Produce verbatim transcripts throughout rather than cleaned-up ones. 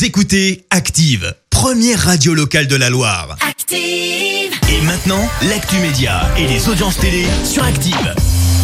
Vous écoutez Active, première radio locale de la Loire. Active! Et maintenant, l'actu média et les audiences télé sur Active.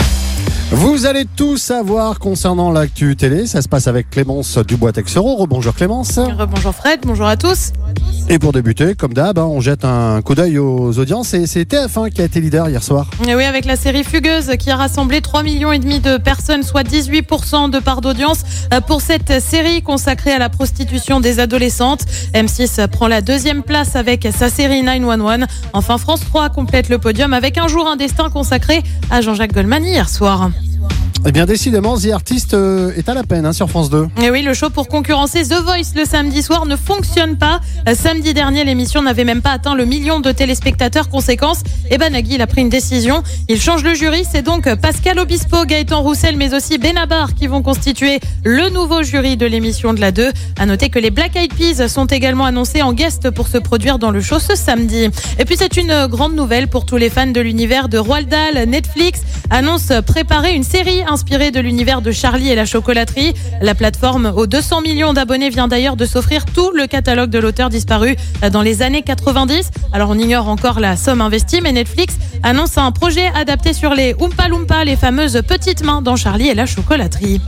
Vous allez tout savoir concernant l'actu télé. Ça se passe avec Clémence Dubois-Texero. Rebonjour Clémence. Rebonjour Fred, bonjour à tous. Et pour débuter, comme d'hab, hein, on jette un coup d'œil aux audiences. Et c'est T F un qui a été leader hier soir. Et oui, avec la série Fugueuse qui a rassemblé trois virgule cinq millions de personnes, soit dix-huit pour cent de part d'audience. Pour cette série consacrée à la prostitution des adolescentes, M six prend la deuxième place avec sa série neuf un un. Enfin, France trois complète le podium avec Un jour un destin consacré à Jean-Jacques Goldman hier soir. Eh bien, décidément, The Artist euh, est à la peine hein, sur France deux. Et oui, le show pour concurrencer The Voice le samedi soir ne fonctionne pas. Euh, samedi dernier, l'émission n'avait même pas atteint le million de téléspectateurs. Conséquence, eh ben, Nagui il a pris une décision. Il change le jury. C'est donc Pascal Obispo, Gaëtan Roussel, mais aussi Benabar qui vont constituer le nouveau jury de l'émission de la deux. À noter que les Black Eyed Peas sont également annoncés en guest pour se produire dans le show ce samedi. Et puis, c'est une grande nouvelle pour tous les fans de l'univers de Roald Dahl. Netflix annonce préparer une série inspirée de l'univers de Charlie et la chocolaterie. La plateforme aux deux cents millions d'abonnés vient d'ailleurs de s'offrir tout le catalogue de l'auteur disparu dans les années quatre-vingt-dix. Alors on ignore encore la somme investie, mais Netflix annonce un projet adapté sur les Oompa Loompa, les fameuses petites mains dans Charlie et la chocolaterie.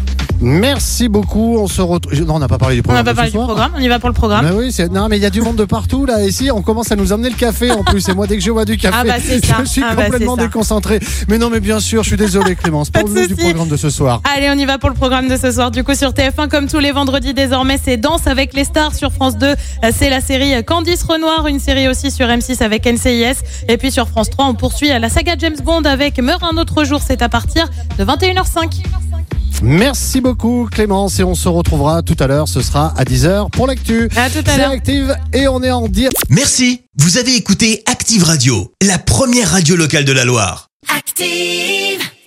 Merci beaucoup. On se retrouve. Non, on n'a pas parlé du On programme. n'a pas parlé du programme, on y va pour le programme. Mais oui, c'est... non, mais il y a du monde de partout là. Ici, on commence à nous amener le café en plus. Et moi, dès que je vois du café, Ah bah, c'est ça. je suis Ah bah, complètement c'est ça. déconcentré. Mais non, mais bien sûr, je suis désolé, Clémence. Pas de Parle-nous du souci. programme de ce soir. Allez, on y va pour le programme de ce soir. Du coup, sur T F un, comme tous les vendredis désormais, c'est Danse avec les stars. Sur France deux, c'est la série Candice Renoir, une série aussi sur M six avec N C I S. Et puis sur France trois, on poursuit la saga James Bond avec Meurt un autre jour. C'est à partir de vingt et une heures cinq. Merci beaucoup, Clémence. Et on se retrouvera tout à l'heure. Ce sera à dix heures pour l'actu. À tout à C'est l'heure. Active et on est en direct. Merci. Vous avez écouté Active Radio, la première radio locale de la Loire. Active!